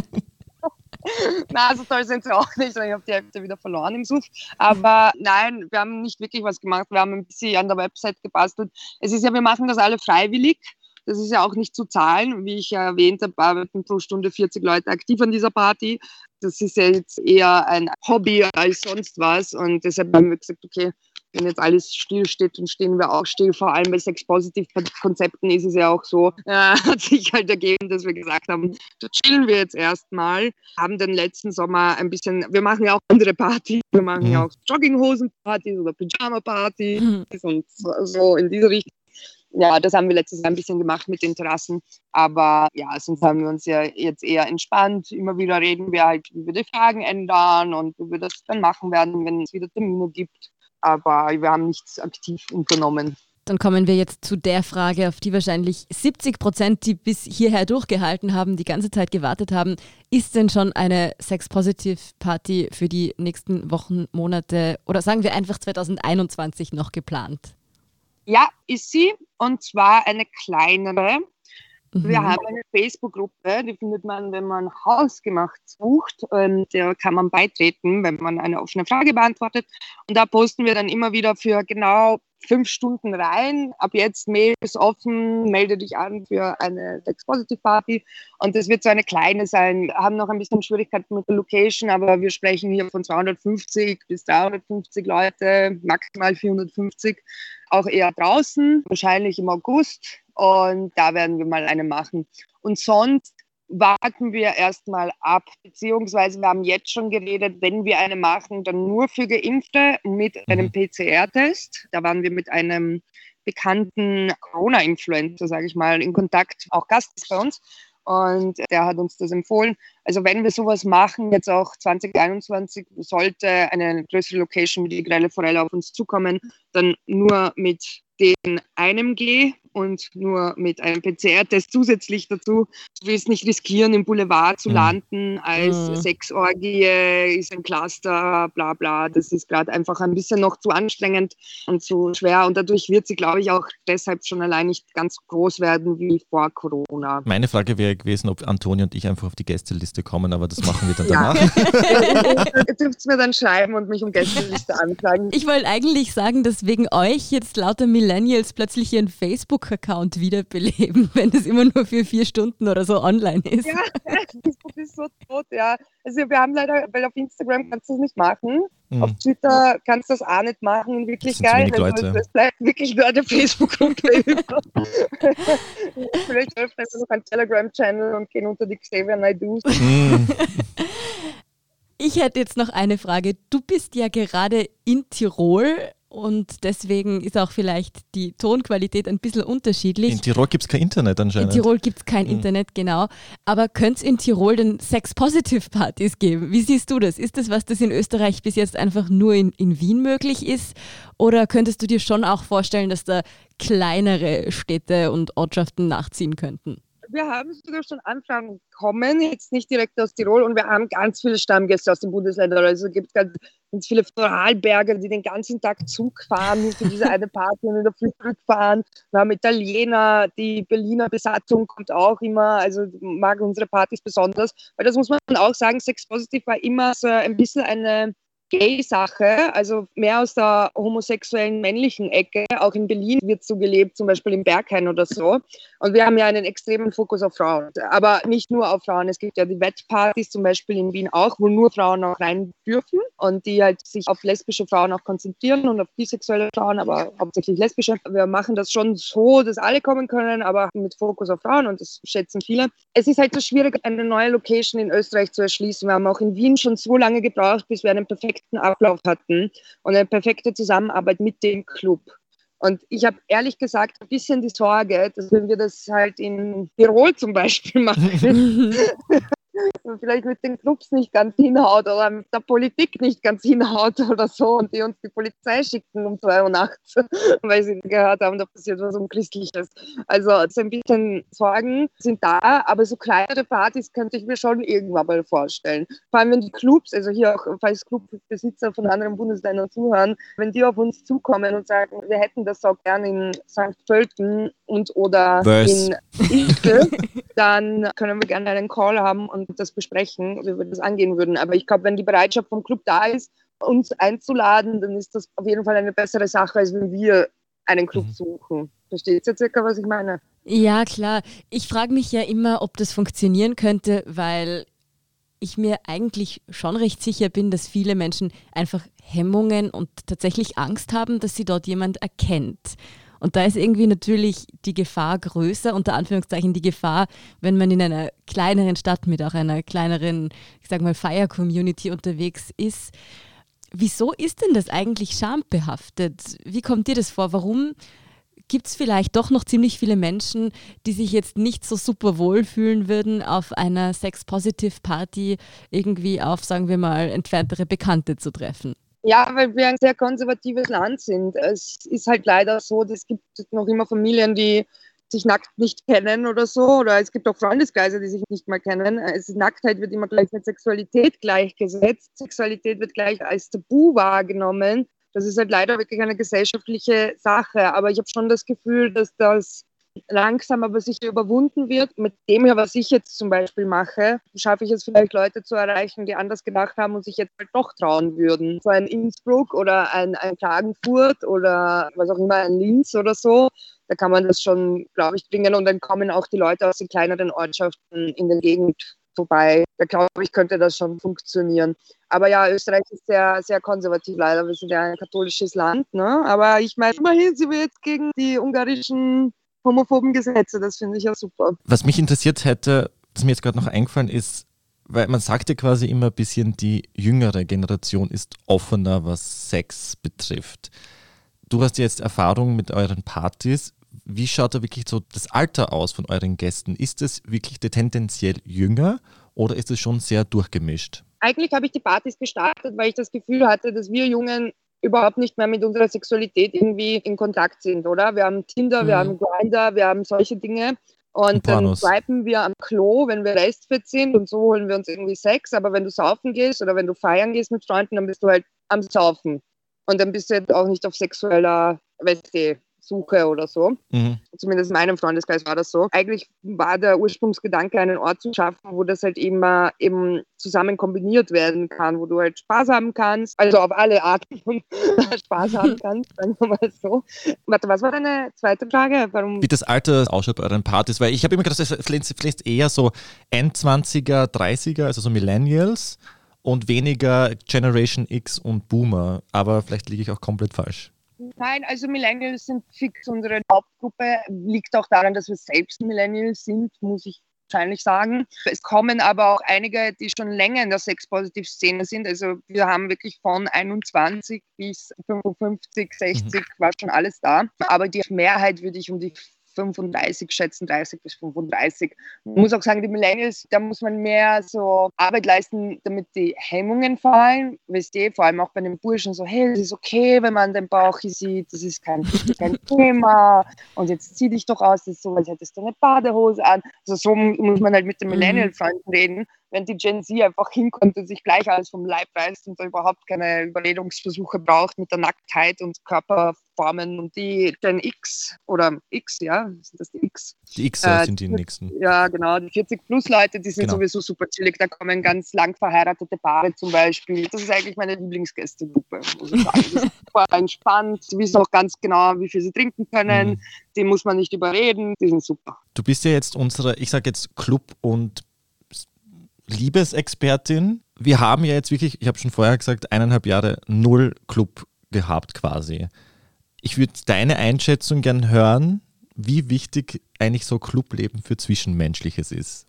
Na, so toll sind sie auch nicht, weil ich habe die Hälfte wieder verloren im Suff. Aber nein, wir haben nicht wirklich was gemacht. Wir haben ein bisschen an der Website gebastelt. Es ist ja, wir machen das alle freiwillig. Das ist ja auch nicht zu zahlen. Wie ich ja erwähnt habe, arbeiten pro Stunde vierzig Leute aktiv an dieser Party. Das ist ja jetzt eher ein Hobby als sonst was. Und deshalb haben wir gesagt, okay, wenn jetzt alles still steht, dann stehen wir auch still. Vor allem bei Sex-Positiv-Konzepten ist es ja auch so, äh, hat sich halt ergeben, dass wir gesagt haben, da chillen wir jetzt erstmal. Haben den letzten Sommer ein bisschen, wir machen ja auch andere Partys. Wir machen mhm. ja auch Jogginghosen-Partys oder Pyjama-Partys mhm. und so in diese Richtung. Ja, das haben wir letztes Jahr ein bisschen gemacht mit den Terrassen, aber ja, sonst haben wir uns ja jetzt eher entspannt. Immer wieder reden wir halt, wie wir die Fragen ändern und wie wir das dann machen werden, wenn es wieder Termine gibt, aber wir haben nichts aktiv unternommen. Dann kommen wir jetzt zu der Frage, auf die wahrscheinlich siebzig Prozent, die bis hierher durchgehalten haben, die ganze Zeit gewartet haben. Ist denn schon eine Sex-Positive-Party für die nächsten Wochen, Monate oder sagen wir einfach zwanzig einundzwanzig noch geplant? Ja, ist sie, und zwar eine kleinere. Mhm. Wir haben eine Facebook-Gruppe, die findet man, wenn man Hausgemacht sucht. Und da kann man beitreten, wenn man eine offene Frage beantwortet. Und da posten wir dann immer wieder für genau fünf Stunden rein. Ab jetzt Mail ist offen, melde dich an für eine Sex-Positive-Party. Und das wird so eine kleine sein. Wir haben noch ein bisschen Schwierigkeiten mit der Location, aber wir sprechen hier von zweihundertfünfzig bis dreihundertfünfzig Leute, maximal vierhundertfünfzig. Auch eher draußen, wahrscheinlich im August. Und da werden wir mal eine machen. Und sonst warten wir erstmal ab, beziehungsweise wir haben jetzt schon geredet, wenn wir eine machen, dann nur für Geimpfte mit einem P C R-Test. Da waren wir mit einem bekannten Corona-Influencer, sage ich mal, in Kontakt, auch Gast ist bei uns. Und der hat uns das empfohlen. Also wenn wir sowas machen, jetzt auch zwanzig einundzwanzig, sollte eine größere Location wie die Grelle Forelle auf uns zukommen, dann nur mit den einem G und nur mit einem P C R-Test zusätzlich dazu. Du willst nicht riskieren, im Boulevard zu landen als Mhm. Sexorgie, ist ein Cluster, bla bla. Das ist gerade einfach ein bisschen noch zu anstrengend und zu schwer. Und dadurch wird sie, glaube ich, auch deshalb schon allein nicht ganz groß werden wie vor Corona. Meine Frage wäre gewesen, ob Antoni und ich einfach auf die Gästeliste kommen, aber das machen wir dann Ja. danach. Ihr dürft mir dann schreiben und mich um Gästeliste anfragen. Ich wollte eigentlich sagen, dass wegen euch jetzt lauter Millennials plötzlich ihren Facebook-Account wiederbeleben, wenn es immer nur für vier Stunden oder so online ist. Ja, Facebook ist so tot, ja. Also wir haben leider, weil auf Instagram kannst du das nicht machen, Hm. auf Twitter kannst du das auch nicht machen in Das sind zu Wirklichkeit. wenig Leute. Also es bleibt wirklich nur eine Facebook-Gruppe über. Vielleicht öffnen wir noch einen Telegram-Channel und gehen unter die Xavier Naidoo. Hm. Ich hätte jetzt noch eine Frage. Du bist ja gerade in Tirol und deswegen ist auch vielleicht die Tonqualität ein bisschen unterschiedlich. In Tirol gibt es kein Internet In anscheinend. Tirol gibt es kein Mhm. Internet, genau. Aber könnte es in Tirol denn Sex-Positive-Partys geben? Wie siehst du das? Ist das was, das in Österreich bis jetzt einfach nur in, in Wien möglich ist? Oder könntest du dir schon auch vorstellen, dass da kleinere Städte und Ortschaften nachziehen könnten? Wir haben sogar schon Anfragen bekommen, jetzt nicht direkt aus Tirol, und wir haben ganz viele Stammgäste aus den Bundesländern. Also es gibt ganz, ganz viele Vorarlberger, die den ganzen Tag Zug fahren, nur für diese eine Party und in der Früh zurückfahren. Wir haben Italiener, die Berliner Besatzung kommt auch immer, also mag unsere Partys besonders. Weil das muss man auch sagen, Sex Positive war immer so ein bisschen eine Gay-Sache, also mehr aus der homosexuellen männlichen Ecke. Auch in Berlin wird so gelebt, zum Beispiel im Berghain oder so. Und wir haben ja einen extremen Fokus auf Frauen. Aber nicht nur auf Frauen. Es gibt ja die Wettpartys zum Beispiel in Wien auch, wo nur Frauen auch rein dürfen und die halt sich auf lesbische Frauen auch konzentrieren und auf bisexuelle Frauen, aber hauptsächlich lesbische. Wir machen das schon so, dass alle kommen können, aber mit Fokus auf Frauen, und das schätzen viele. Es ist halt so schwierig, eine neue Location in Österreich zu erschließen. Wir haben auch in Wien schon so lange gebraucht, bis wir einen perfekten Ablauf hatten und eine perfekte Zusammenarbeit mit dem Club. Und ich habe ehrlich gesagt ein bisschen die Sorge, dass wenn wir das halt in Tirol zum Beispiel machen, und vielleicht mit den Clubs nicht ganz hinhaut oder mit der Politik nicht ganz hinhaut oder so und die uns die Polizei schicken um zwei Uhr nachts, weil sie gehört haben, da passiert was Unchristliches. Also so ein bisschen Sorgen sind da, aber so kleinere Partys könnte ich mir schon irgendwann mal vorstellen. Vor allem wenn die Clubs, also hier auch, falls Clubbesitzer von anderen Bundesländern zuhören, wenn die auf uns zukommen und sagen, wir hätten das auch gern in Sankt Pölten und oder Verse. in Ischgl, dann können wir gerne einen Call haben und das besprechen, wie wir das angehen würden. Aber ich glaube, wenn die Bereitschaft vom Club da ist, uns einzuladen, dann ist das auf jeden Fall eine bessere Sache, als wenn wir einen Club Mhm. suchen. Versteht ihr circa, was ich meine? Ja, klar. Ich frage mich ja immer, ob das funktionieren könnte, weil ich mir eigentlich schon recht sicher bin, dass viele Menschen einfach Hemmungen und tatsächlich Angst haben, dass sie dort jemand erkennt. Und da ist irgendwie natürlich die Gefahr größer, unter Anführungszeichen die Gefahr, wenn man in einer kleineren Stadt mit auch einer kleineren, ich sag mal, Fire-Community unterwegs ist. Wieso ist denn das eigentlich schambehaftet? Wie kommt dir das vor? Warum gibt es vielleicht doch noch ziemlich viele Menschen, die sich jetzt nicht so super wohlfühlen würden, auf einer Sex-Positive-Party irgendwie auf, sagen wir mal, entferntere Bekannte zu treffen? Ja, weil wir ein sehr konservatives Land sind. Es ist halt leider so, es gibt noch immer Familien, die sich nackt nicht kennen oder so. Oder es gibt auch Freundeskreise, die sich nicht mal kennen. Es ist, Nacktheit wird immer gleich mit Sexualität gleichgesetzt. Sexualität wird gleich als Tabu wahrgenommen. Das ist halt leider wirklich eine gesellschaftliche Sache. Aber ich habe schon das Gefühl, dass das langsam aber sicher überwunden wird. Mit dem her, was ich jetzt zum Beispiel mache, schaffe ich es vielleicht, Leute zu erreichen, die anders gedacht haben und sich jetzt halt doch trauen würden. So ein Innsbruck oder ein, ein Klagenfurt oder was auch immer, ein Linz oder so, da kann man das schon, glaube ich, bringen, und dann kommen auch die Leute aus den kleineren Ortschaften in der Gegend vorbei. Da glaube ich, könnte das schon funktionieren. Aber ja, Österreich ist sehr, sehr konservativ leider. Wir sind ja ein katholisches Land, ne? Aber ich meine, immerhin sind wir jetzt gegen die ungarischen homophoben Gesetze. Das finde ich ja super. Was mich interessiert hätte, Was mir jetzt gerade noch eingefallen ist, weil man sagt ja quasi immer ein bisschen, die jüngere Generation ist offener, was Sex betrifft. Du hast ja jetzt Erfahrung mit euren Partys. Wie schaut da wirklich so das Alter aus von euren Gästen? Ist es wirklich tendenziell jünger oder ist es schon sehr durchgemischt? Eigentlich habe ich die Partys gestartet, weil ich das Gefühl hatte, dass wir Jungen überhaupt nicht mehr mit unserer Sexualität irgendwie in Kontakt sind, oder? Wir haben Tinder, mhm. wir haben Grindr, wir haben solche Dinge. Und dann swipen wir am Klo, wenn wir restfit sind und so holen wir uns irgendwie Sex. Aber wenn du saufen gehst oder wenn du feiern gehst mit Freunden, dann bist du halt am Saufen. Und dann bist du halt auch nicht auf sexueller, weißt du, Suche oder so. Mhm. Zumindest in meinem Freundeskreis war das so. Eigentlich war der Ursprungsgedanke, einen Ort zu schaffen, wo das halt immer eben zusammen kombiniert werden kann, wo du halt Spaß haben kannst, also auf alle Arten von Spaß haben kannst, sagen wir mal so. Warte, was war deine zweite Frage? Warum? Wie das Alter ausschaut bei euren Partys, weil ich habe immer gedacht, das ist vielleicht eher so Endzwanziger, Dreißiger, also so Millennials und weniger Generation X und Boomer, aber vielleicht liege ich auch komplett falsch. Nein, also Millennials sind fix unsere Hauptgruppe. Liegt auch daran, dass wir selbst Millennials sind, muss ich wahrscheinlich sagen. Es kommen aber auch einige, die schon länger in der Sex-Positiv-Szene sind. Also wir haben wirklich von einundzwanzig bis fünfundfünfzig, sechzig mhm. war schon alles da. Aber die Mehrheit würde ich um die fünfunddreißig schätzen, dreißig bis fünfunddreißig. Ich muss auch sagen, die Millennials, da muss man mehr so Arbeit leisten, damit die Hemmungen fallen. Weißt du, vor allem auch bei den Burschen so, hey, das ist okay, wenn man den Bauch hier sieht, das ist kein, kein Thema. Und jetzt zieh dich doch aus, das ist so, als hättest du eine Badehose an. Also so muss man halt mit den Millennial-Freunden reden. Wenn die Gen Z einfach hinkommt und sich gleich alles vom Leib reißt und da überhaupt keine Überredungsversuche braucht mit der Nacktheit und Körperformen und die Gen X oder X, ja, sind das die X? Die Xer äh, sind die nächsten. Ja, genau, die vierzig-plus-Leute, die sind genau. sowieso super chillig, da kommen ganz lang verheiratete Paare zum Beispiel. Das ist eigentlich meine Lieblingsgästegruppe, muss ich sagen. Das ist super entspannt, sie wissen auch ganz genau, wie viel sie trinken können, mhm. die muss man nicht überreden, die sind super. Du bist ja jetzt unsere, ich sage jetzt Club- und Liebesexpertin. Wir haben ja jetzt wirklich, ich habe schon vorher gesagt, eineinhalb Jahre null Club gehabt quasi. Ich würde deine Einschätzung gern hören, wie wichtig eigentlich so Clubleben für Zwischenmenschliches ist.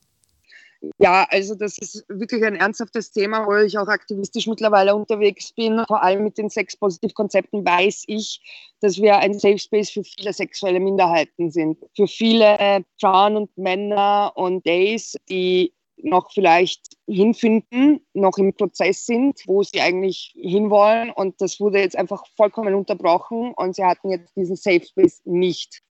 Ja, also das ist wirklich ein ernsthaftes Thema, wo ich auch aktivistisch mittlerweile unterwegs bin. Vor allem mit den Sex-Positiv-Konzepten weiß ich, dass wir ein Safe Space für viele sexuelle Minderheiten sind. Für viele Frauen und Männer und Gays, die noch vielleicht hinfinden, noch im Prozess sind, wo sie eigentlich hinwollen. Und das wurde jetzt einfach vollkommen unterbrochen und sie hatten jetzt diesen Safe Space nicht.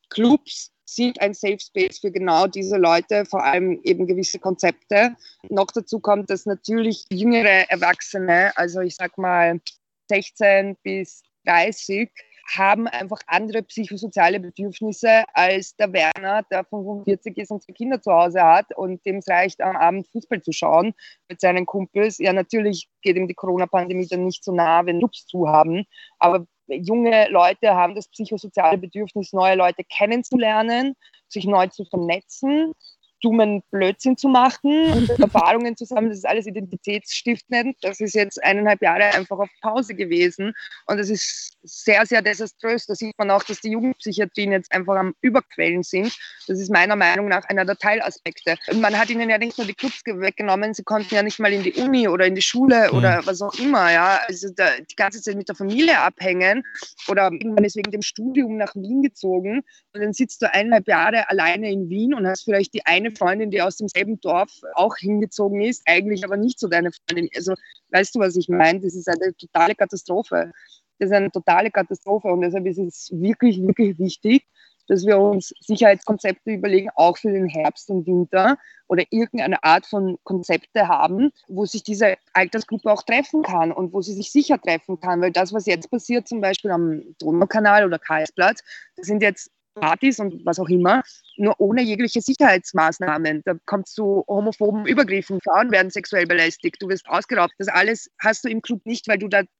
Clubs sind ein Safe Space für genau diese Leute, vor allem eben gewisse Konzepte. Noch dazu kommt, dass natürlich jüngere Erwachsene, also ich sag mal sechzehn bis dreißig, haben einfach andere psychosoziale Bedürfnisse als der Werner, der fünfundvierzig ist und zwei Kinder zu Hause hat und dem es reicht, am Abend Fußball zu schauen mit seinen Kumpels. Ja, natürlich geht ihm die Corona-Pandemie dann nicht so nah, wenn Clubs zu haben, aber junge Leute haben das psychosoziale Bedürfnis, neue Leute kennenzulernen, sich neu zu vernetzen, dummen Blödsinn zu machen und Erfahrungen zu sammeln. Das ist alles identitätsstiftend. Das ist jetzt eineinhalb Jahre einfach auf Pause gewesen und das ist sehr, sehr desaströs. Da sieht man auch, dass die Jugendpsychiatrien jetzt einfach am Überquellen sind. Das ist meiner Meinung nach einer der Teilaspekte. Und man hat ihnen ja nicht nur die Clubs weggenommen, sie konnten ja nicht mal in die Uni oder in die Schule mhm. oder was auch immer. Ja, also da, die ganze Zeit mit der Familie abhängen oder irgendwann ist wegen dem Studium nach Wien gezogen und dann sitzt du eineinhalb Jahre alleine in Wien und hast vielleicht die eine Freundin, die aus demselben Dorf auch hingezogen ist, eigentlich aber nicht so deine Freundin. Also weißt du, was ich meine? Das ist eine totale Katastrophe. Das ist eine totale Katastrophe und deshalb ist es wirklich, wirklich wichtig, dass wir uns Sicherheitskonzepte überlegen, auch für den Herbst und Winter oder irgendeine Art von Konzepte haben, wo sich diese Altersgruppe auch treffen kann und wo sie sich sicher treffen kann. Weil das, was jetzt passiert, zum Beispiel am Donaukanal oder Karlsplatz, das sind jetzt Partys und was auch immer, nur ohne jegliche Sicherheitsmaßnahmen. Da kommt es zu homophoben Übergriffen. Frauen werden sexuell belästigt, du wirst ausgeraubt. Das alles hast du im Club nicht, weil du da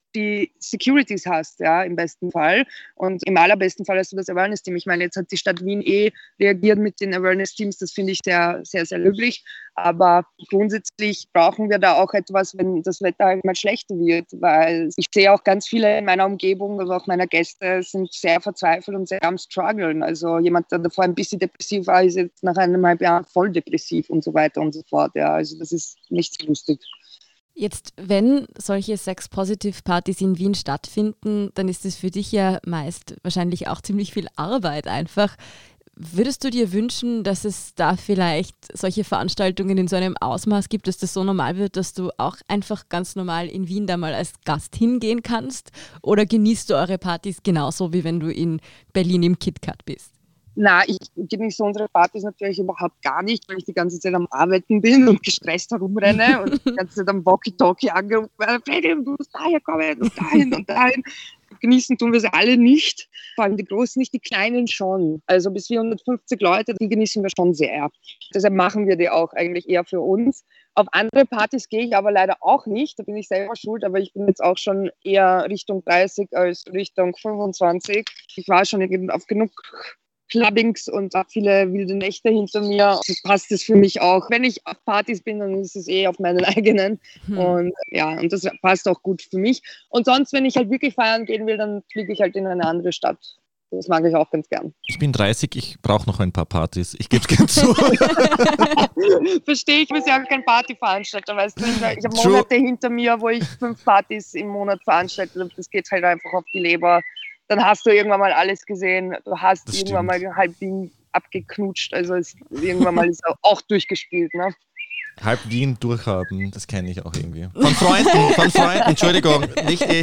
die Securities hast, ja, im besten Fall. Und im allerbesten Fall hast du das Awareness-Team. Ich meine, jetzt hat die Stadt Wien eh reagiert mit den Awareness-Teams. Das finde ich sehr, sehr, sehr löblich. Aber grundsätzlich brauchen wir da auch etwas, wenn das Wetter halt mal schlechter wird. Weil ich sehe auch ganz viele in meiner Umgebung, also auch meiner Gäste, sind sehr verzweifelt und sehr am struggeln. Also jemand, der davor ein bisschen depressiv war, ist jetzt nach einem halben Jahr voll depressiv und so weiter und so fort. Ja, also das ist nicht so lustig. Jetzt, wenn solche Sex-Positive-Partys in Wien stattfinden, dann ist es für dich ja meist wahrscheinlich auch ziemlich viel Arbeit einfach. Würdest du dir wünschen, dass es da vielleicht solche Veranstaltungen in so einem Ausmaß gibt, dass das so normal wird, dass du auch einfach ganz normal in Wien da mal als Gast hingehen kannst? Oder genießt du eure Partys genauso, wie wenn du in Berlin im KitKat bist? Na, ich genieße unsere Partys natürlich überhaupt gar nicht, weil ich die ganze Zeit am Arbeiten bin und gestresst herumrenne und die ganze Zeit am Walkie-Talkie angerufen werde, Freddy, du musst daher kommen und dahin und dahin. Genießen tun wir sie alle nicht, vor allem die Großen nicht, die Kleinen schon. Also bis vierhundertfünfzig Leute, die genießen wir schon sehr. Deshalb machen wir die auch eigentlich eher für uns. Auf andere Partys gehe ich aber leider auch nicht, da bin ich selber schuld, aber ich bin jetzt auch schon eher Richtung dreißig als Richtung fünfundzwanzig. Ich war schon auf genug Clubbings und auch viele wilde Nächte hinter mir. Das passt es für mich auch. Wenn ich auf Partys bin, dann ist es eh auf meinen eigenen. Hm. Und ja, und das passt auch gut für mich. Und sonst, wenn ich halt wirklich feiern gehen will, dann fliege ich halt in eine andere Stadt. Das mag ich auch ganz gern. Ich bin dreißig, ich brauche noch ein paar Partys. Ich gebe es gerne zu. Verstehe ich, bin ja auch kein Partyveranstalter, weißt du. Ich habe Monate hinter mir, wo ich fünf Partys im Monat veranstaltet habe. Das geht halt einfach auf die Leber. Dann hast du irgendwann mal alles gesehen. Du hast das irgendwann stimmt. mal halb Wien abgeknutscht. Also es, irgendwann mal ist auch durchgespielt. Ne? Halb Wien durchhaben, das kenne ich auch irgendwie. Von Freunden, von Freunden, Entschuldigung, nicht ich.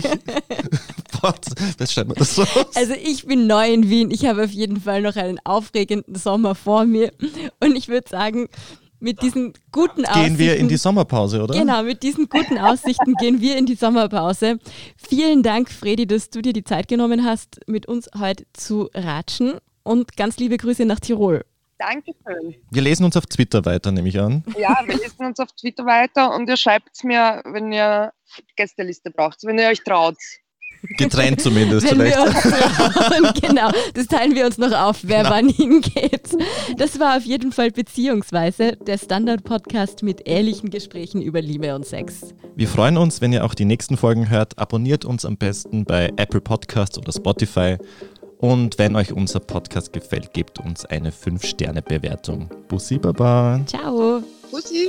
Das schreibt man das so aus. Also ich bin neu in Wien. Ich habe auf jeden Fall noch einen aufregenden Sommer vor mir. Und ich würde sagen, mit diesen guten gehen Aussichten... Gehen wir in die Sommerpause, oder? Genau, mit diesen guten Aussichten gehen wir in die Sommerpause. Vielen Dank, Fredi, dass du dir die Zeit genommen hast, mit uns heute zu ratschen. Und ganz liebe Grüße nach Tirol. Dankeschön. Wir lesen uns auf Twitter weiter, nehme ich an. Ja, wir lesen uns auf Twitter weiter und ihr schreibt es mir, wenn ihr Gästeliste braucht, wenn ihr euch traut. Getrennt zumindest Wenn vielleicht. Wir uns trauen, genau, das teilen wir uns noch auf, wer genau. wann hingeht. Das war auf jeden Fall Beziehungsweise, der Standard-Podcast mit ehrlichen Gesprächen über Liebe und Sex. Wir freuen uns, wenn ihr auch die nächsten Folgen hört. Abonniert uns am besten bei Apple Podcasts oder Spotify. Und wenn euch unser Podcast gefällt, gebt uns eine fünf Sterne Bewertung. Bussi, Baba. Ciao. Bussi.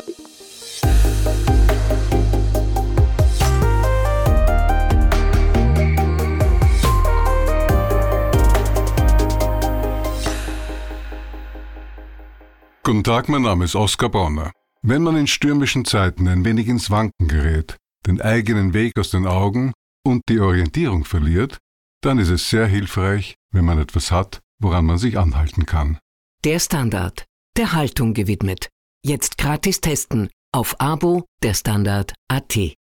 Guten Tag, mein Name ist Oskar Bonner. Wenn man in stürmischen Zeiten ein wenig ins Wanken gerät, den eigenen Weg aus den Augen und die Orientierung verliert, dann ist es sehr hilfreich, wenn man etwas hat, woran man sich anhalten kann. Der Standard, der Haltung gewidmet. Jetzt gratis testen auf Abo der Standard punkt at.